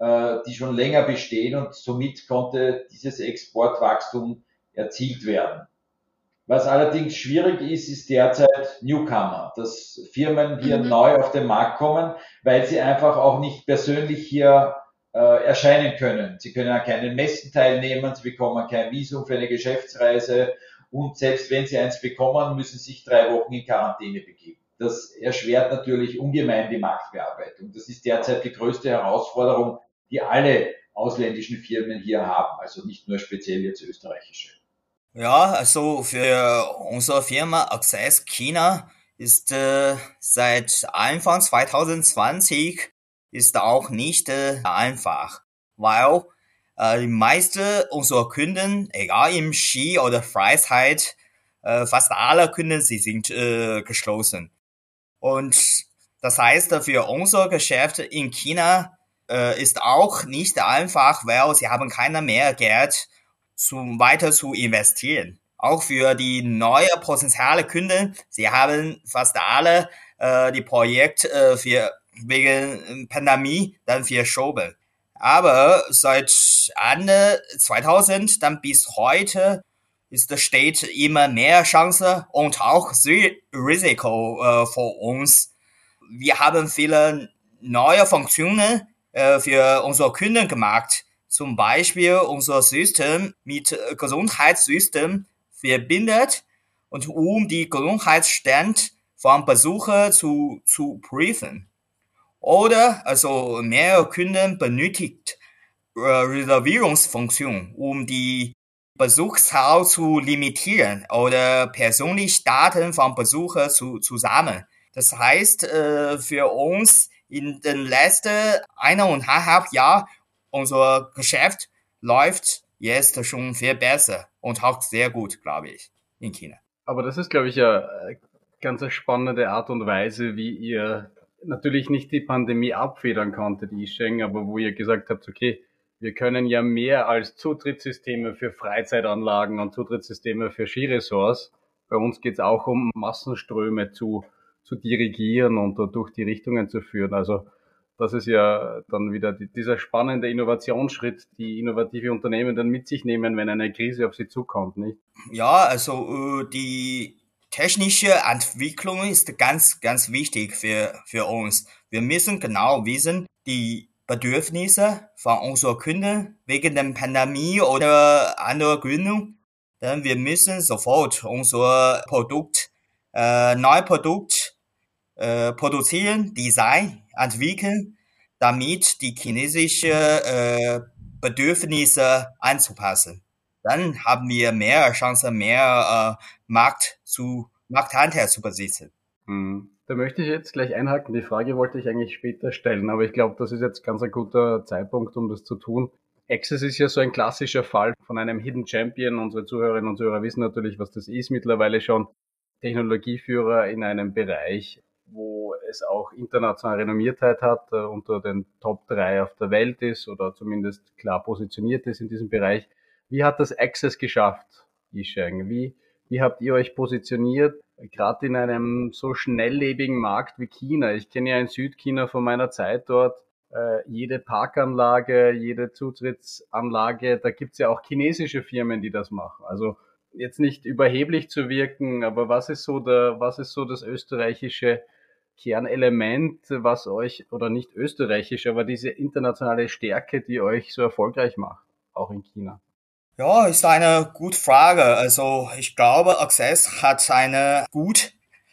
Speaker 4: äh, die schon länger bestehen und somit konnte dieses Exportwachstum erzielt werden. Was allerdings schwierig ist, ist derzeit Newcomer, dass Firmen hier mhm. neu auf den Markt kommen, weil sie einfach auch nicht persönlich hier äh, erscheinen können. Sie können an keinen Messen teilnehmen, sie bekommen kein Visum für eine Geschäftsreise und selbst wenn sie eins bekommen, müssen sie sich drei Wochen in Quarantäne begeben. Das erschwert natürlich ungemein die Marktbearbeitung. Das ist derzeit die größte Herausforderung, die alle ausländischen Firmen hier haben, also nicht nur speziell jetzt österreichische.
Speaker 5: Ja, also für unsere Firma Access China ist äh, seit Anfang zwanzig zwanzig ist auch nicht äh, einfach, weil äh, die meisten unserer Kunden, egal im Ski oder Freizeit, äh, fast alle Kunden, sie sind äh, geschlossen. Und das heißt, für unser Geschäft in China äh, ist auch nicht einfach, weil sie haben keiner mehr Geld, zum weiter zu investieren. Auch für die neue potenzielle Kunden, sie haben fast alle äh, die Projekte äh, für wegen Pandemie dann verschoben. Aber seit Ende zweitausend dann bis heute ist steht immer mehr Chance und auch Risiko äh, für uns. Wir haben viele neue Funktionen äh, für unsere Kunden gemacht. Zum Beispiel unser System mit Gesundheitssystem verbindet und um die Gesundheitsstand von Besucher zu, zu prüfen. Oder also mehrere Kunden benötigt äh, Reservierungsfunktion, um die Besuchszahl zu limitieren oder persönlich Daten von Besuchern zu, zu sammeln. Das heißt, äh, für uns in den letzten eineinhalb Jahren unser Geschäft läuft jetzt schon viel besser und auch sehr gut, glaube ich, in China.
Speaker 3: Aber das ist, glaube ich, eine ganz spannende Art und Weise, wie ihr natürlich nicht die Pandemie abfedern konntet, Yisheng, aber wo ihr gesagt habt, okay, wir können ja mehr als Zutrittssysteme für Freizeitanlagen und Zutrittssysteme für Skiresorts. Bei uns geht es auch um Massenströme zu, zu dirigieren und durch die Richtungen zu führen. Also das ist ja dann wieder die, dieser spannende Innovationsschritt, die innovative Unternehmen dann mit sich nehmen, wenn eine Krise auf sie zukommt, nicht?
Speaker 5: Ja, also äh, die technische Entwicklung ist ganz, ganz wichtig für, für uns. Wir müssen genau wissen, die Bedürfnisse von unseren Kunden wegen der Pandemie oder anderer Gründung. Denn wir müssen sofort unser Produkt, äh, neues Produkt äh, produzieren, design, entwickeln, damit die chinesischen äh, Bedürfnisse anzupassen. Dann haben wir mehr Chancen, mehr äh, Markt zu Marktanteil zu besitzen.
Speaker 3: Hm. Da möchte ich jetzt gleich einhaken. Die Frage wollte ich eigentlich später stellen, aber ich glaube, das ist jetzt ganz ein guter Zeitpunkt, um das zu tun. Access ist ja so ein klassischer Fall von einem Hidden Champion. Unsere Zuhörerinnen und Zuhörer wissen natürlich, was das ist. Mittlerweile schon Technologieführer in einem Bereich, wo es auch international Renommiertheit hat, äh, unter den Top drei auf der Welt ist oder zumindest klar positioniert ist in diesem Bereich. Wie hat das Access geschafft, Yisheng? Wie, wie habt ihr euch positioniert, gerade in einem so schnelllebigen Markt wie China? Ich kenne ja in Südchina von meiner Zeit dort äh, jede Parkanlage, jede Zutrittsanlage, da gibt's ja auch chinesische Firmen, die das machen. Also jetzt nicht überheblich zu wirken, aber was ist so der, was ist so das österreichische Kernelement, was euch, oder nicht österreichisch, aber diese internationale Stärke, die euch so erfolgreich macht, auch in China?
Speaker 5: Ja, ist eine gute Frage. Also ich glaube, Access hat eine gute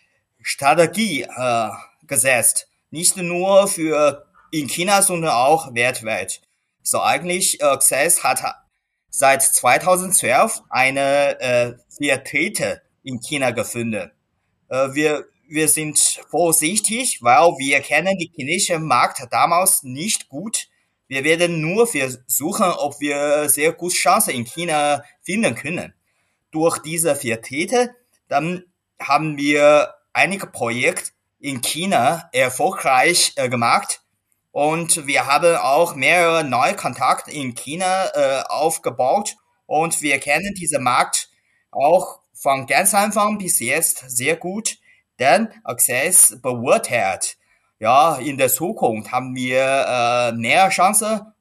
Speaker 5: Strategie äh, gesetzt. Nicht nur für in China, sondern auch weltweit. So eigentlich Access hat seit zweitausendzwölf eine äh, Vertreter in China gefunden. Äh, wir wir sind vorsichtig, weil wir kennen die chinesische Markt damals nicht gut. Wir werden nur versuchen, ob wir sehr gute Chancen in China finden können. Durch diese Vertreter, dann haben wir einige Projekte in China erfolgreich äh, gemacht und wir haben auch mehrere neue Kontakte in China äh, aufgebaut und wir kennen diesen Markt auch von ganz Anfang bis jetzt sehr gut, denn Access beurteilt, ja, in der Zukunft haben wir äh, mehr Chancen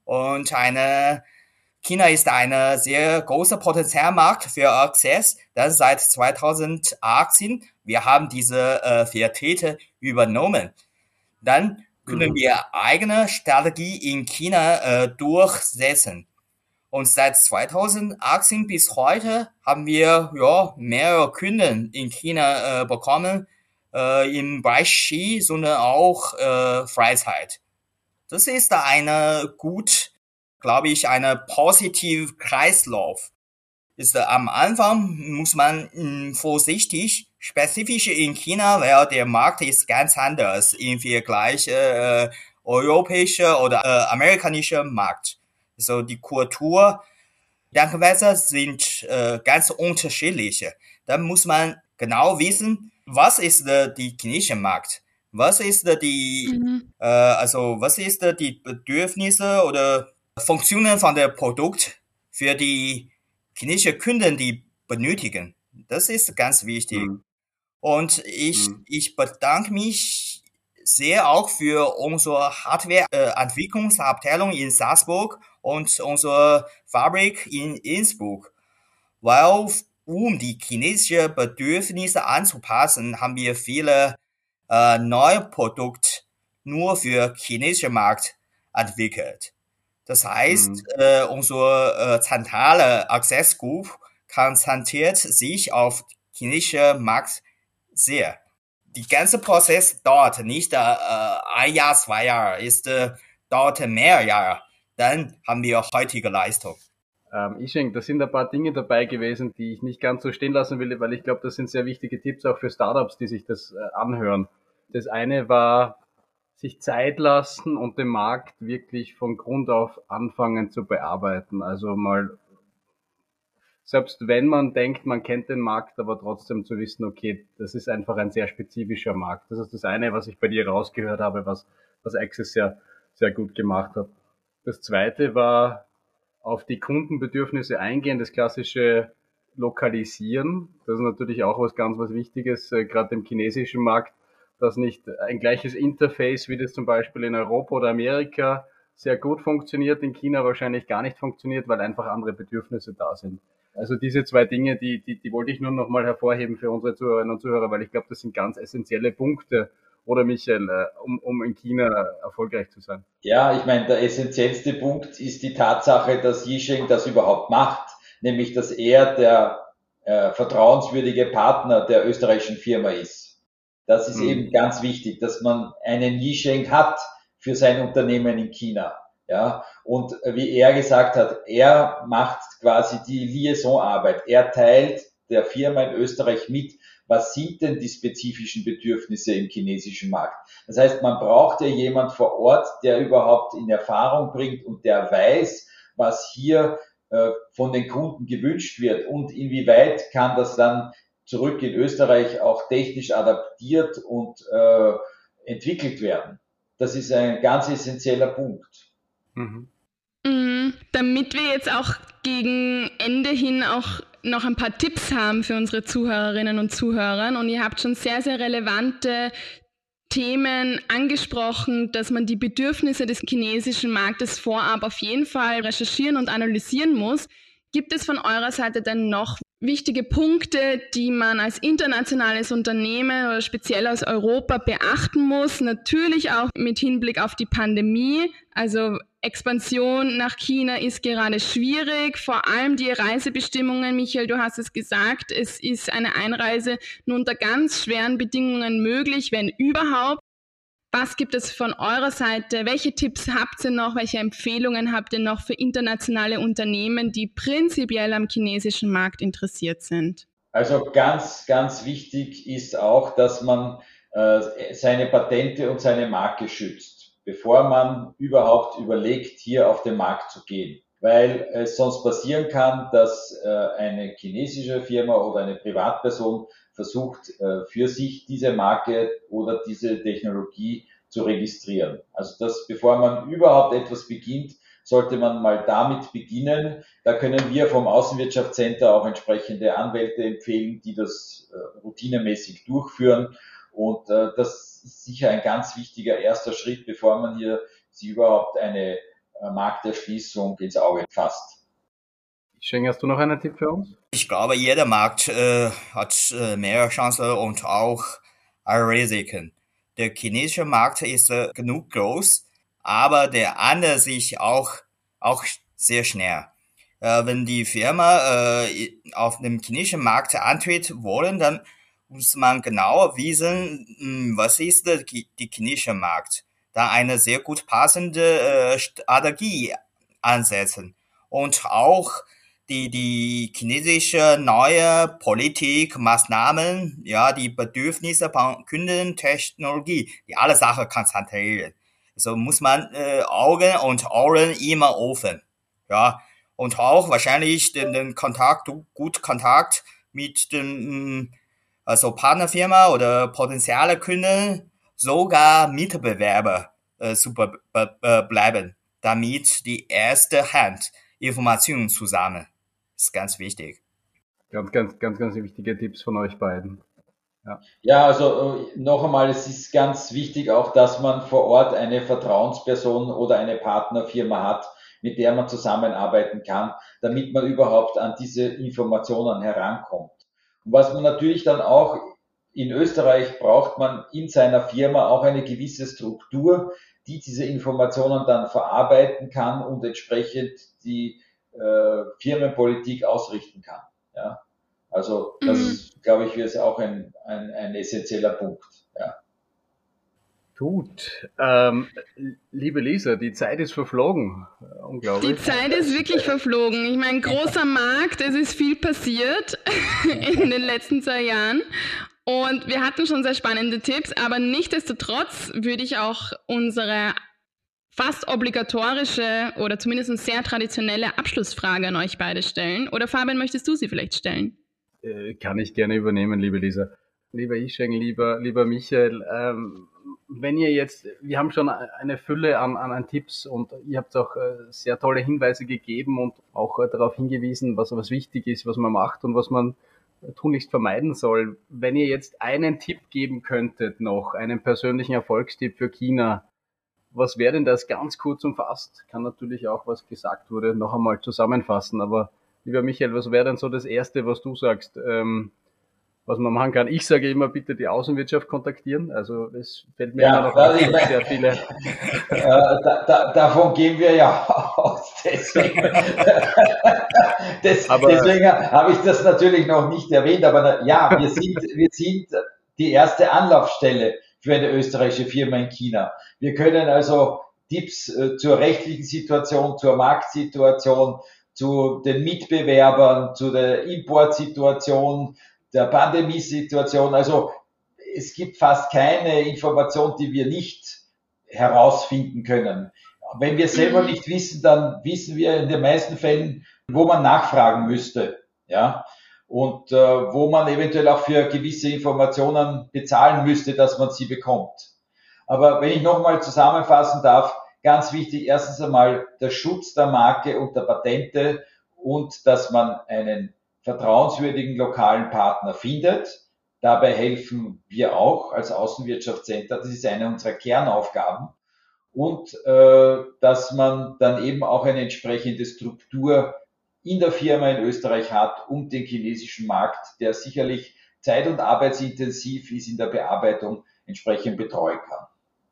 Speaker 5: Und eine China ist ein sehr großer Potenzialmarkt für Access. Dann seit zweitausendachtzehn, wir haben diese äh, Vertreter übernommen. Dann können mhm. wir eigene Strategie in China äh, durchsetzen. Und seit zweitausendachtzehn bis heute haben wir ja mehrere Kunden in China äh, bekommen, äh, im Bereich Ski, sondern auch äh, Freizeit. Das ist eine gut, glaube ich, eine positive Kreislauf. Ist äh, am Anfang muss man mh, vorsichtig, spezifisch in China, weil der Markt ist ganz anders im Vergleich äh, europäischer oder äh, amerikanischer Markt. So die Kultur, Denkweise sind äh, ganz unterschiedliche. Da muss man genau wissen, was ist äh, die chinesische Markt, was ist äh, die, mhm. äh, also was ist äh, die Bedürfnisse oder Funktionen von der Produkt für die chinesischen Kunden, die benötigen. Das ist ganz wichtig. Mhm. Und ich mhm. ich bedanke mich sehr auch für unsere Hardware-Entwicklungsabteilung in Salzburg und unsere Fabrik in Innsbruck. Weil, um die chinesischen Bedürfnisse anzupassen, haben wir viele äh, neue Produkte nur für chinesischen Markt entwickelt. Das heißt, mhm. äh, unsere äh, zentrale Access Group konzentriert sich auf chinesischen Markt sehr. Die ganze Prozess dauert nicht äh, ein Jahr, zwei Jahre, ist äh, dauert mehr Jahre. Dann haben wir heutige Leistung.
Speaker 3: Ähm, Yisheng, da sind ein paar Dinge dabei gewesen, die ich nicht ganz so stehen lassen will, weil ich glaube, das sind sehr wichtige Tipps auch für Startups, die sich das äh, anhören. Das eine war, sich Zeit lassen und den Markt wirklich von Grund auf anfangen zu bearbeiten. Also mal, selbst wenn man denkt, man kennt den Markt, aber trotzdem zu wissen, okay, das ist einfach ein sehr spezifischer Markt. Das ist das eine, was ich bei dir rausgehört habe, was, was Access sehr, sehr gut gemacht hat. Das zweite war, auf die Kundenbedürfnisse eingehen, das klassische Lokalisieren. Das ist natürlich auch was ganz was Wichtiges, äh, gerade im chinesischen Markt, dass nicht ein gleiches Interface, wie das zum Beispiel in Europa oder Amerika sehr gut funktioniert, in China wahrscheinlich gar nicht funktioniert, weil einfach andere Bedürfnisse da sind. Also diese zwei Dinge, die, die, die wollte ich nur noch mal hervorheben für unsere Zuhörerinnen und Zuhörer, weil ich glaube, das sind ganz essentielle Punkte, oder Michael, um, um in China erfolgreich zu sein?
Speaker 4: Ja, ich meine, der essentiellste Punkt ist die Tatsache, dass Yisheng das überhaupt macht, nämlich dass er der äh, vertrauenswürdige Partner der österreichischen Firma ist. Das ist mhm. eben ganz wichtig, dass man einen Yisheng hat für sein Unternehmen in China. Ja, und wie er gesagt hat, er macht quasi die Liaisonarbeit. Er teilt der Firma in Österreich mit, was sind denn die spezifischen Bedürfnisse im chinesischen Markt. Das heißt, man braucht ja jemand vor Ort, der überhaupt in Erfahrung bringt und der weiß, was hier äh, von den Kunden gewünscht wird und inwieweit kann das dann zurück in Österreich auch technisch adaptiert und äh, entwickelt werden. Das ist ein ganz essentieller Punkt.
Speaker 2: Mhm. Mhm, damit wir jetzt auch gegen Ende hin auch noch ein paar Tipps haben für unsere Zuhörerinnen und Zuhörer. Und ihr habt schon sehr, sehr relevante Themen angesprochen, dass man die Bedürfnisse des chinesischen Marktes vorab auf jeden Fall recherchieren und analysieren muss. Gibt es von eurer Seite denn noch wichtige Punkte, die man als internationales Unternehmen oder speziell aus Europa beachten muss? Natürlich auch mit Hinblick auf die Pandemie. Also Expansion nach China ist gerade schwierig, vor allem die Reisebestimmungen. Michael, du hast es gesagt, es ist eine Einreise nur unter ganz schweren Bedingungen möglich, wenn überhaupt. Was gibt es von eurer Seite? Welche Tipps habt ihr noch? Welche Empfehlungen habt ihr noch für internationale Unternehmen, die prinzipiell am chinesischen Markt interessiert sind?
Speaker 4: Also ganz, ganz wichtig ist auch, dass man äh, seine Patente und seine Marke schützt, bevor man überhaupt überlegt, hier auf den Markt zu gehen. Weil es sonst passieren kann, dass äh, eine chinesische Firma oder eine Privatperson versucht, äh, für sich diese Marke oder diese Technologie zu registrieren. Also das, bevor man überhaupt etwas beginnt, sollte man mal damit beginnen. Da können wir vom Außenwirtschaftscenter auch entsprechende Anwälte empfehlen, die das äh, routinemäßig durchführen. Und äh, das ist sicher ein ganz wichtiger erster Schritt, bevor man hier sich überhaupt eine Markterschließung ins Auge fasst.
Speaker 3: Sheng, hast du noch einen Tipp für uns?
Speaker 5: Ich glaube, jeder Markt äh, hat äh, mehr Chancen und auch Risiken. Der chinesische Markt ist äh, genug groß, aber der ändert sich auch, auch sehr schnell. Äh, wenn die Firma äh, auf dem chinesischen Markt antritt wollen, dann muss man genau wissen, was ist der, die chinesische Markt. Da eine sehr gut passende äh, Strategie ansetzen und auch die, die chinesische neue Politik, Maßnahmen, ja, die Bedürfnisse von Kunden, Technologie, die alle Sachen konzentrieren. So muss man äh, Augen und Ohren immer offen, ja, und auch wahrscheinlich den, den Kontakt, gut Kontakt mit dem, also Partnerfirma oder potenzielle Kunden, sogar Mitbewerber äh, zu be- be- bleiben, damit die erste Hand Informationen zusammen. Das ist ganz wichtig.
Speaker 3: Ganz, ganz, ganz, ganz wichtige Tipps von euch beiden.
Speaker 4: Ja, ja, also noch einmal, es ist ganz wichtig auch, dass man vor Ort eine Vertrauensperson oder eine Partnerfirma hat, mit der man zusammenarbeiten kann, damit man überhaupt an diese Informationen herankommt. Und was man natürlich dann auch in Österreich braucht, man in seiner Firma auch eine gewisse Struktur, die diese Informationen dann verarbeiten kann und entsprechend die äh, Firmenpolitik ausrichten kann. Ja. Also das, mhm. glaube ich, ist auch ein, ein, ein essentieller Punkt. Ja.
Speaker 3: Gut, ähm, liebe Lisa, die Zeit ist verflogen. Unglaublich.
Speaker 2: Die Zeit ist wirklich verflogen. Ich meine, großer Markt, es ist viel passiert in den letzten zwei Jahren. Und wir hatten schon sehr spannende Tipps, aber nichtsdestotrotz würde ich auch unsere fast obligatorische oder zumindest sehr traditionelle Abschlussfrage an euch beide stellen. Oder Fabian, möchtest du sie vielleicht stellen?
Speaker 3: Äh, kann ich gerne übernehmen, liebe Lisa. Lieber Yisheng, lieber, lieber Michael, ähm, wenn ihr jetzt, wir haben schon eine Fülle an, an, an Tipps und ihr habt auch äh, sehr tolle Hinweise gegeben und auch äh, darauf hingewiesen, was, was wichtig ist, was man macht und was man äh, tunlichst vermeiden soll. Wenn ihr jetzt einen Tipp geben könntet noch, einen persönlichen Erfolgstipp für China, was wäre denn das ganz kurz umfasst? Kann natürlich auch, was gesagt wurde, noch einmal zusammenfassen, aber lieber Michael, was wäre denn so das Erste, was du sagst, ähm, was man machen kann? Ich sage immer, bitte die Außenwirtschaft kontaktieren. Also es fällt mir
Speaker 4: ja,
Speaker 3: immer noch auf, sehr viele.
Speaker 4: Äh, da, da, davon gehen wir ja aus. Deswegen, das, deswegen habe ich das natürlich noch nicht erwähnt. Aber ja, wir sind, wir sind die erste Anlaufstelle für eine österreichische Firma in China. Wir können also Tipps äh, zur rechtlichen Situation, zur Marktsituation, zu den Mitbewerbern, zu der Importsituation, der Pandemiesituation. Also es gibt fast keine Information, die wir nicht herausfinden können. Wenn wir selber nicht wissen, dann wissen wir in den meisten Fällen, wo man nachfragen müsste, ja, und äh, wo man eventuell auch für gewisse Informationen bezahlen müsste, dass man sie bekommt. Aber wenn ich nochmal zusammenfassen darf, ganz wichtig, erstens einmal der Schutz der Marke und der Patente und dass man einen vertrauenswürdigen lokalen Partner findet. Dabei helfen wir auch als Außenwirtschaftscenter. Das ist eine unserer Kernaufgaben. Und äh, dass man dann eben auch eine entsprechende Struktur in der Firma in Österreich hat, um den chinesischen Markt, der sicherlich zeit- und arbeitsintensiv ist in der Bearbeitung, entsprechend betreuen kann.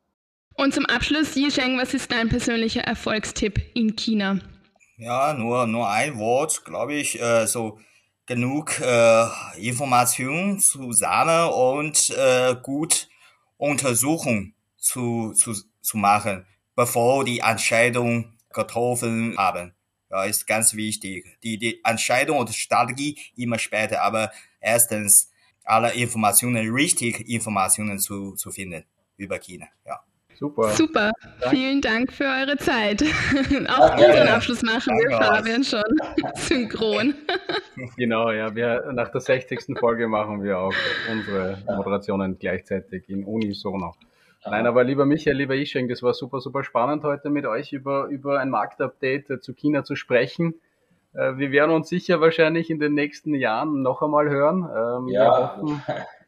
Speaker 2: Und zum Abschluss, Yisheng, was ist dein persönlicher Erfolgstipp in China?
Speaker 5: Ja, nur, nur ein Wort, glaube ich, äh, so genug äh, Informationen zusammen und äh, gut Untersuchung zu, zu, zu machen, bevor die Entscheidung getroffen haben. Ja, ist ganz wichtig. Die, die Entscheidung und Strategie immer später, aber erstens alle Informationen, richtig Informationen zu, zu finden über China, ja.
Speaker 2: Super. Super. Dank. Vielen Dank für eure Zeit. Auch ja, unseren ja. Abschluss machen Danke wir, Fabian, schon synchron.
Speaker 3: Genau, ja. Wir, nach der sechzigsten Folge machen wir auch unsere Moderationen gleichzeitig in unisono. Nein, aber lieber Michael, lieber Yisheng, das war super, super spannend heute mit euch über, über ein Marktupdate zu China zu sprechen. Wir werden uns sicher wahrscheinlich in den nächsten Jahren noch einmal hören.
Speaker 4: Ja.
Speaker 3: Wir hoffen,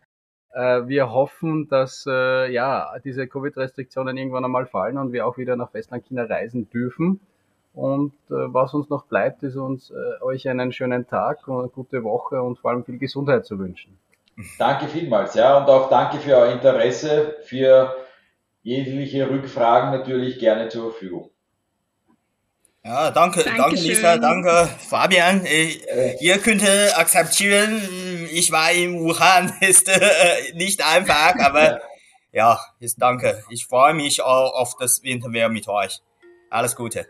Speaker 3: Wir hoffen, dass äh, ja diese Covid-Restriktionen irgendwann einmal fallen und wir auch wieder nach Festland China reisen dürfen. Und äh, was uns noch bleibt, ist uns äh, euch einen schönen Tag und eine gute Woche und vor allem viel Gesundheit zu wünschen.
Speaker 4: Danke vielmals, ja, und auch danke für euer Interesse. Für jegliche Rückfragen natürlich gerne zur Verfügung.
Speaker 5: Ja, danke,
Speaker 2: Dankeschön.
Speaker 5: danke Lisa, danke Fabian. Ich, ihr könnt akzeptieren, ich war in Wuhan, ist äh, nicht einfach, aber ja, ist danke. Ich freue mich auch auf das Winterwehr mit euch. Alles Gute.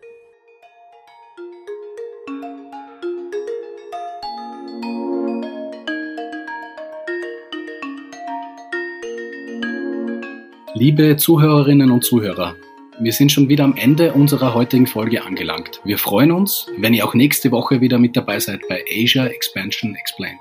Speaker 3: Liebe Zuhörerinnen und Zuhörer, wir sind schon wieder am Ende unserer heutigen Folge angelangt. Wir freuen uns, wenn ihr auch nächste Woche wieder mit dabei seid bei Asia Expansion Explained.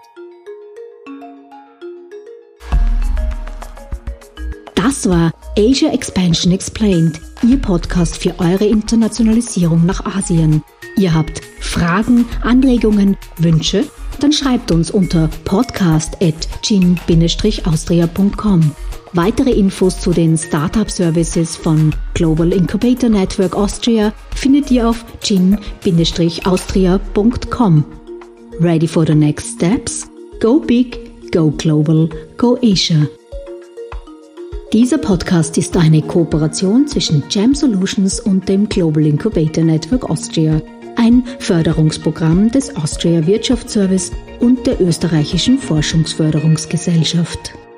Speaker 1: Das war Asia Expansion Explained, Ihr Podcast für eure Internationalisierung nach Asien. Ihr habt Fragen, Anregungen, Wünsche? Dann schreibt uns unter podcast at gin dash austria punkt com. Weitere Infos zu den Startup-Services von Global Incubator Network Austria findet ihr auf gin dash austria punkt com. Ready for the next steps? Go big, go global, go Asia. Dieser Podcast ist eine Kooperation zwischen Jam Solutions und dem Global Incubator Network Austria, ein Förderungsprogramm des Austria Wirtschaftsservice und der österreichischen Forschungsförderungsgesellschaft.